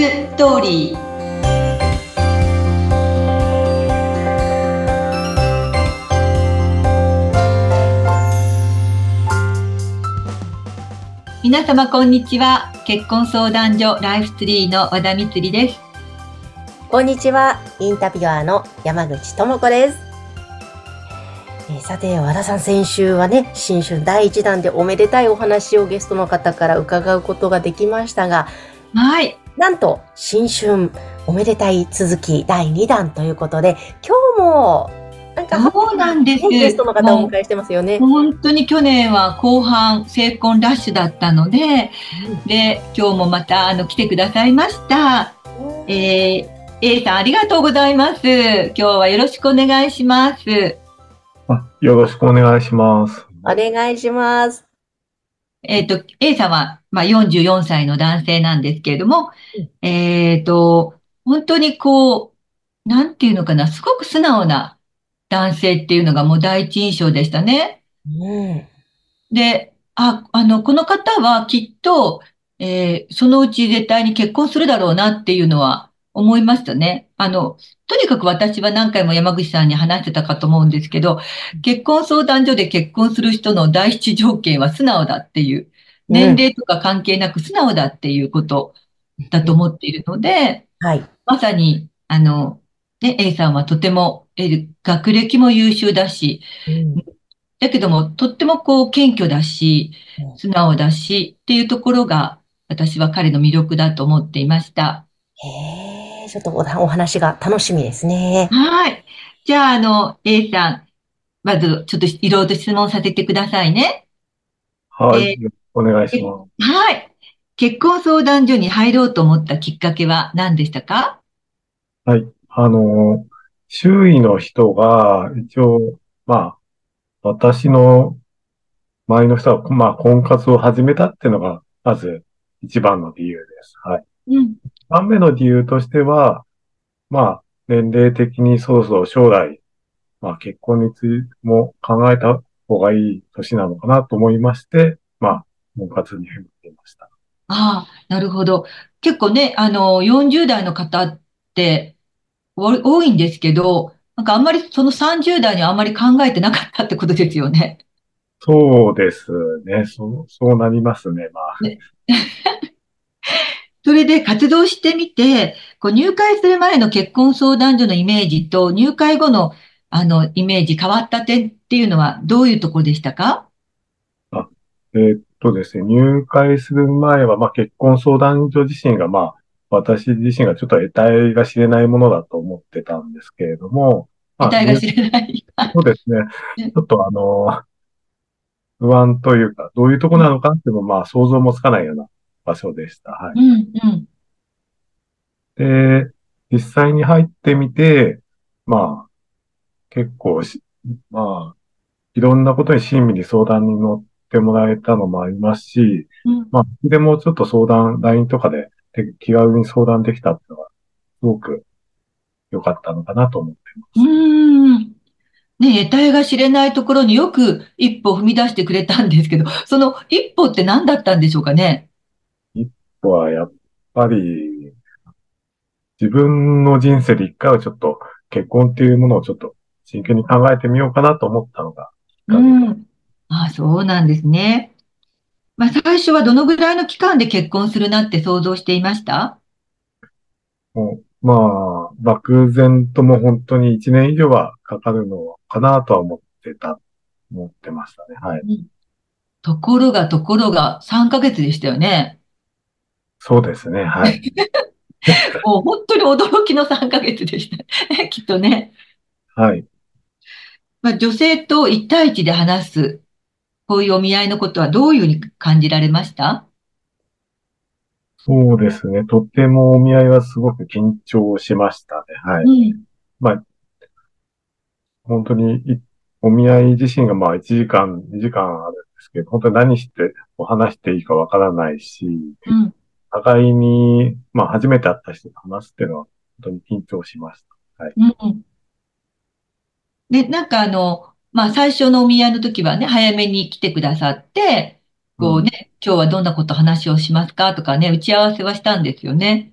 ストーリー。皆様こんにちは。結婚相談所ライフツリーの和田光です。 こんにちは。インタビュアーの山口智子です。さて、和田さん、先週はね、新春第1弾でおめでたいお話をゲストの方から伺うことができましたが、 はい。 なんと、新春おめでたい続き第2弾ということで、今日も、なんかハッピそうなんです。 ーなねゲストの方をお迎えしてますよね。 本当に去年は後半成婚ラッシュだったので、今日もまた来てくださいました。A さんありがとうございます。今日はよろしくお願いします。 よろしくお願いします。 お願いします。 A さんは、44歳の男性なんですけれども、本当になんていうのかな、すごく素直な男性っていうのがもう第一印象でしたね。 うん。 で、この方はきっと、そのうち絶対に結婚するだろうなっていうのは思いましたね。とにかく私は何回も山口さんに話してたかと思うんですけど、結婚相談所で結婚する人の第一条件は素直だっていう、 うん。 年齢とか関係なく素直だっていうことだと思っているので、 はい。 まさに、A さんはとても、学歴も優秀だし、 うん。 だけども、とっても謙虚だし、素直だしっていうところが、私は彼の魅力だと思っていました。 へえ、ちょっとお話が楽しみですね。 はい。じゃあ、A さん、まず、ちょっといろいろと質問させてくださいね。 はい。 えお願いしえます。 はい。結婚相談所に入ろうと思ったきっかけは何でしたか？ はい。周囲の人が、一応、私の周りの人は、婚活を始めたっていうのが、まず一番の理由です。はい。 うん。 一番目の理由としては、年齢的にそろそろ将来、結婚についても考えた方がいい年なのかなと思いまして、婚活に踏み切りました。 ああ、なるほど。結構ね、40代の方って多いんですけど、なんかあんまりその30代にはあんまり考えてなかったってことですよね。 そうですね。そうなりますね。 ね。それで活動してみて、入会する前の結婚相談所のイメージと入会後のイメージ変わった点っていうのはどういうところでしたか？ あ、ですね、入会する前は、結婚相談所自身が、私自身がちょっと得体が知れないものだと思ってたんですけれども、 得体が知れない。はそうですね、 い。 ちょっと不安というか、どういうとこなのかっていうのも、想像もつかないような場所でした。はい。 うん、うん、 で、実際に入ってみて、まあ、結構いろんなことに親身に相談に乗ってもらえたのもありますし、 うん、 でもちょっとLINE とかで気軽に相談できたっていうのが、すごく良かったのかなと思っていまうす。 ん。ね、得体が知れないところによく一歩踏み出してくれたんですけど、その一歩って何だったんでしょうかね。 一個はやっぱり、自分の人生で一回はちょっと結婚っていうものをちょっと真剣に考えてみようかなと思ったのがきっうかけ。 ん。あ、そうなんですね。最初はどのぐらいの期間で結婚するなって想像していました？ 漠然とも本当に一年以上はかかるのかなとは思ってましたね。はい。 うん。ところが3ヶ月でしたよね。 そうですね。はい。 もう本当に驚きの3ヶ月でした。きっとね。 はい。 女性と一対一で話す、こういうお見合いのことはどういうふうに感じられました？ そうですね。とてもお見合いはすごく緊張しましたね。はい。 うん。 まあ、本当にお見合い自身が1時間、2時間あるんですけど、本当に何して話していいかわからないし、 うん。 互いに、初めて会った人と話すっていうのは本当に緊張しました。はい。 うん。で、なんか最初のお見合いの時はね、早めに来てくださって、 うん。 今日はどんなこと話をしますかとかね、打ち合わせはしたんですよね。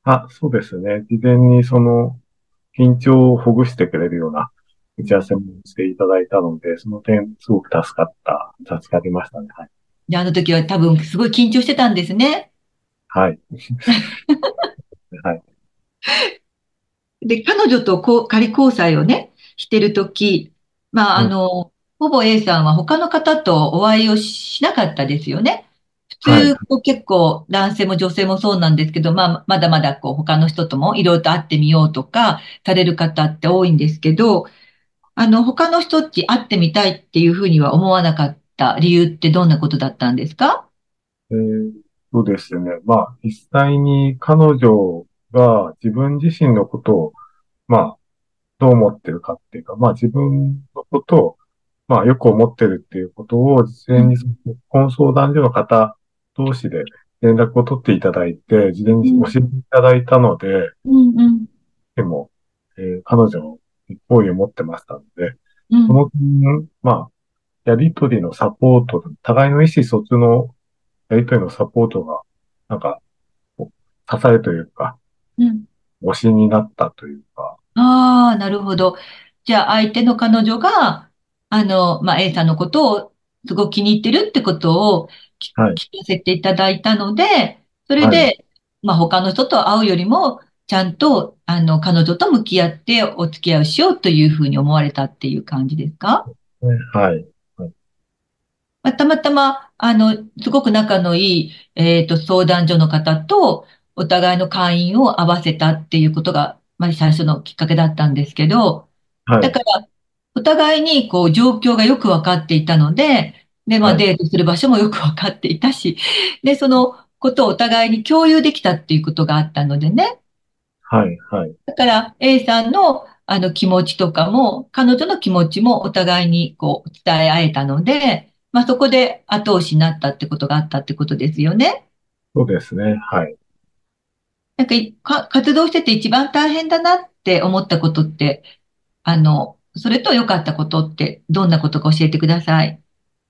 そうですね。事前に緊張をほぐしてくれるような打ち合わせもしていただいたので、その点、すごく助かりましたね。はい。 で、あの時は多分すごい緊張してたんですね。 はい。はい。 で、彼女と仮交際をね、してるとき、 うん。 ほぼ A さんは他の方とお会いをしなかったですよね。 はい。 普通、結構男性も女性もそうなんですけど、まだまだ他の人ともいろいろと会ってみようとかされる方って多いんですけど、他の人って会ってみたいっていうふうには思わなかった理由ってどんなことだったんですか？ そうですね。実際に彼女が自分自身のことを、まあ、どう思ってるかっていうか、自分のことを、よく思ってるっていうことを、事前にうん、 その結婚相談所の方同士で連絡を取っていただいて、事前に教えうん、 ていただいたので、 うん、うん、 でも、彼女の好意を持ってましたので、 うん、 その点、やりとりのサポート、互いの意思疎通のやりとりのサポートが、なんか、こ支えというか、 うん。 推しになったというか、 ああ、なるほど。じゃあ、相手の彼女が、A さんのことをすごく気に入ってるってことをはい、 聞かせていただいたので、それはい、 で、他の人と会うよりも、ちゃんと、彼女と向き合ってお付き合いをしようというふうに思われたっていう感じですか？ ねはい、はい、 たまたま、すごく仲のいい、相談所の方と、お互いの会員を合わせたっていうことが、最初のきっかけだったんですけど、 はい、 だから、お互いに、状況がよくわかっていたので、で、 はい、 デートする場所もよくわかっていたし、で、そのことをお互いに共有できたっていうことがあったのでね。 はい、はい、 だから、A さんの、気持ちとかも、彼女の気持ちもお互いに、伝え合えたので、そこで後押しになったってことがあったってことですよね。 そうですね、はい。 なんか、活動してて一番大変だなって思ったことって、それと良かったことってどんなことか教えてください。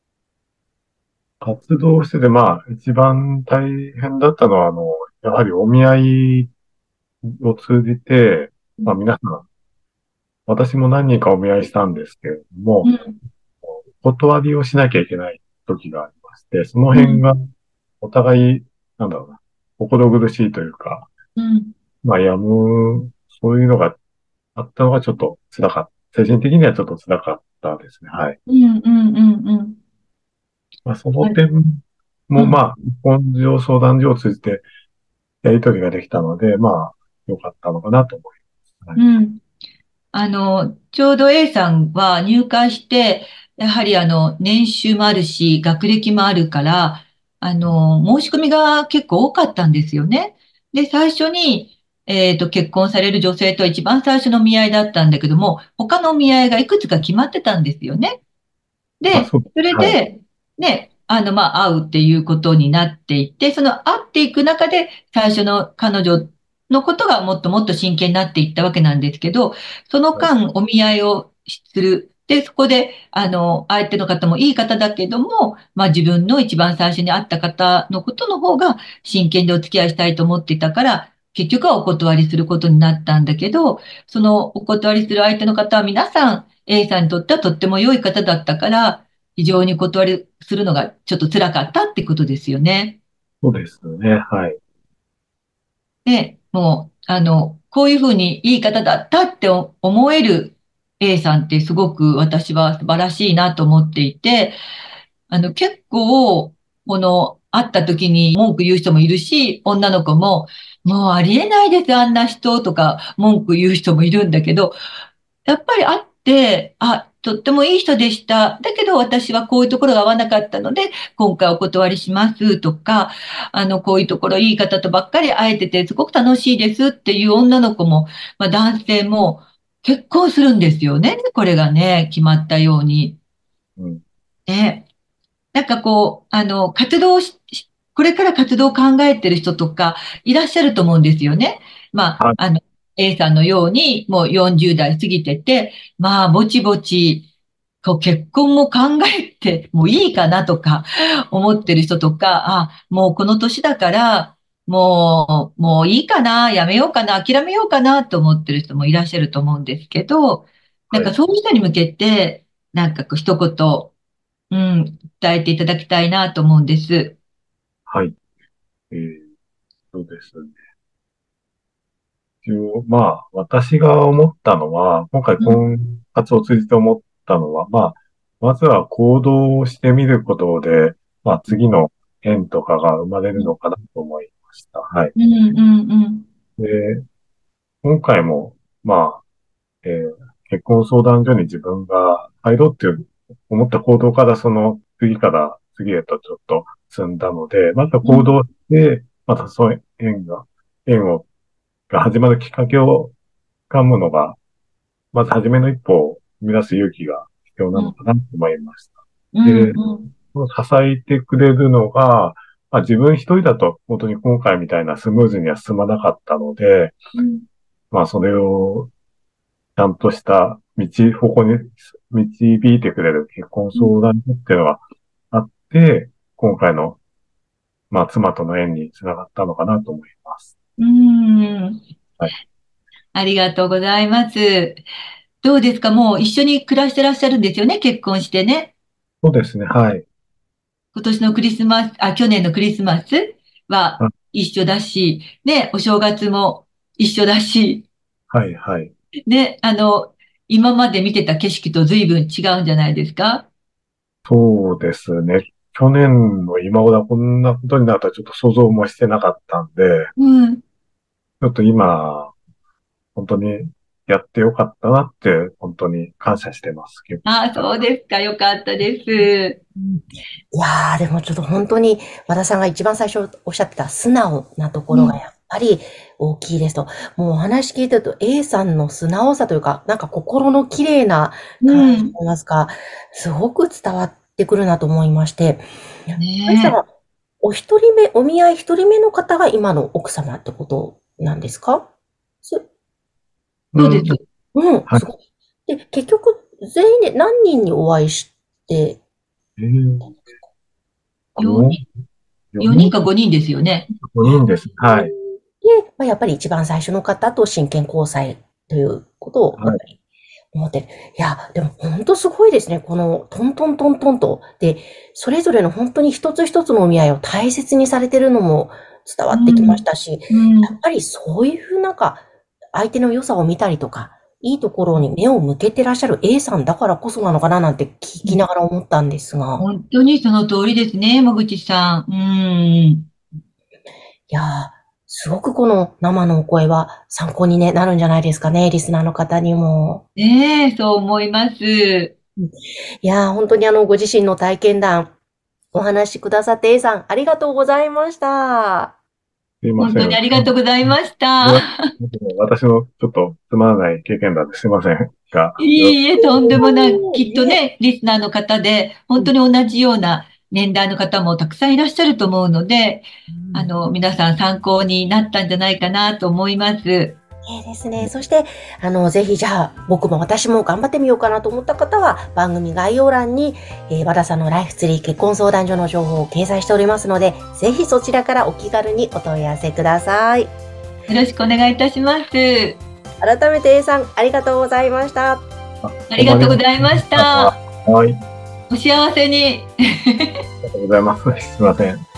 活動してて、一番大変だったのは、やはりお見合いを通じて、皆さん、私も何人かお見合いしたんですけれども、 うん、 お断りをしなきゃいけない時がありまして、そのうん、 辺がお互い、なんだろうな、心苦しいというか、 うん、 やむ、そういうのがあったのがちょっと辛かった。精神的にはちょっと辛かったですね。はい。 うん、うん、うん、うん。 そのあ点も、 うん、 本上相談所を通じてやり取りができたので、良かったのかなと思います。はい。 うん。ちょうど A さんは入会して、やはり年収もあるし、学歴もあるから、申し込みが結構多かったんですよね。で、最初に、結婚される女性と一番最初のお見合いだったんだけども、他のお見合いがいくつか決まってたんですよね。で、 そうです。 それはい。 で、ね、会うっていうことになっていて、その会っていく中で、最初の彼女のことがもっともっと真剣になっていったわけなんですけど、そのはい。 間、お見合いをする。で、そこで、相手の方もいい方だけども、自分の一番最初に会った方のことの方が真剣でお付き合いしたいと思っていたから、結局はお断りすることになったんだけど、そのお断りする相手の方は皆さん、A さんにとってはとっても良い方だったから、非常にお断りするのがちょっと辛かったってことですよね。 そうですね。はい。 で、もう、こういうふうにいい方だったって思える A さんってすごく私は素晴らしいなと思っていて、結構、会った時に文句言う人もいるし、女の子も、もうありえないです、あんな人とか文句言う人もいるんだけど、やっぱり会って、とってもいい人でした。だけど私はこういうところが合わなかったので、今回お断りしますとか、こういうところいい方とばっかり会えててすごく楽しいですっていう女の子も、男性も結婚するんですよね。これがね、決まったように。 うん。 ね。なんかこれから活動を考えてる人とかいらっしゃると思うんですよね。 はい。 A さんのようにもう40代過ぎてて、ぼちぼち、結婚も考えてもいいかなとか思ってる人とか、もうこの年だから、 もういいかな、やめようかな、諦めようかなと思ってる人もいらっしゃると思うんですけど、なんはい。 かそういう人に向けて、なんかこう一言、伝えていただきたいなと思うんです。 はい。そうですね。一応、まあ、私が思ったのは、今回うん、 婚活を通じて思ったのは、まあ、まずは行動をしてみることで、まあ、次の縁とかが生まれるのかなと思いました。はい。 うん、うん、うん、 で、今回も、まあ、結婚相談所に自分が入ろうっていう思った行動からその次から次へとちょっと進んだので、まずはうん、 行動して、またそういう縁が始まるきっかけを掴むのが、まず初めの一歩を踏み出す勇気が必要なうん、 のかなと思いました。 うん、 で、 うん、 その支えてくれるのが、まあ、自分一人だと本当に今回みたいなスムーズには進まなかったので、 うん、 まあそれをちゃんとした方向に導いてくれる結婚うん、 相談所っていうのがあって、今回の、まあ妻との縁につながったのかなと思います。 うん、 はい。 ありがとうございます。どうですか？もう一緒に暮らしてらっしゃるんですよね、結婚してね。 そうですね。はい。 今年のクリスマス、去年のクリスマスはあ、 一緒だし、ね、お正月も一緒だし、 はい、はい。 ね、今まで見てた景色と随分違うんじゃないですか？ そうですね。去年の今頃はこんなことになるとはちょっと想像もしてなかったんで、 うん。 ちょっと今、本当にやってよかったなって、本当に感謝してます。結あ、 構。 そうですか。よかったです。 いやー、でもちょっと本当に和田さんが一番最初おっしゃってた素直なとこうん。 ろがやっぱり大きいですと。もうお話聞いてると A さんの素直さというか、なんか心の綺麗なう感じとん。 言いますか、すごく伝わってくるなと思いまして、A さんねはお一人目、お見合い一人目の方が今の奥様ってことなんですか？すえ。そうです。 うん。 うん、 はい。 すごい。で、結局全員で何人にお会いしてえー、 4 5、 人、4人 4人、 か5人ですよね。 5人です。はい。 で、まあ、やっぱり一番最初の方と真剣交際ということをやはい。 っぱり思ってる。いや、でも本当すごいですね。このトントントントンと。で、それぞれの本当に一つ一つのお見合いを大切にされてるのも伝わうってきましん。 たし、やうん。 っぱりそういうなんか、相手の良さを見たりとか、いいところに目を向けてらっしゃる A さんだからこそなのかななんて聞きながら思ったんですが。 本当にその通りですね、山口さん。うん。 いやー、すごくこの生のお声は参考に、ね、なるんじゃないですかね、リスナーの方にも。 ねえ、そう思います。 いやー、本当にご自身の体験談、お話しくださって A さん、ありがとうございました。 すいません。 本当にありがとうございました。 私のちょっとつまらない経験談ですいませんが、 いいえ、とんでもない。きっといえ、 ね、リスナーの方で、本当に同じような年代の方もたくさんいらっしゃると思うので、皆さん参考になったんじゃないかなと思います。 いいですね。そして、ぜひじゃあ、僕も私も頑張ってみようかなと思った方は、番組概要欄に、和田さんのライフツリー結婚相談所の情報を掲載しておりますので、ぜひそちらからお気軽にお問い合わせください。 よろしくお願いいたします。 改めて A さん、ありがとうございました。 ありがとうございましはい。 た。 ありお幸せに。 がとうございます。すいません。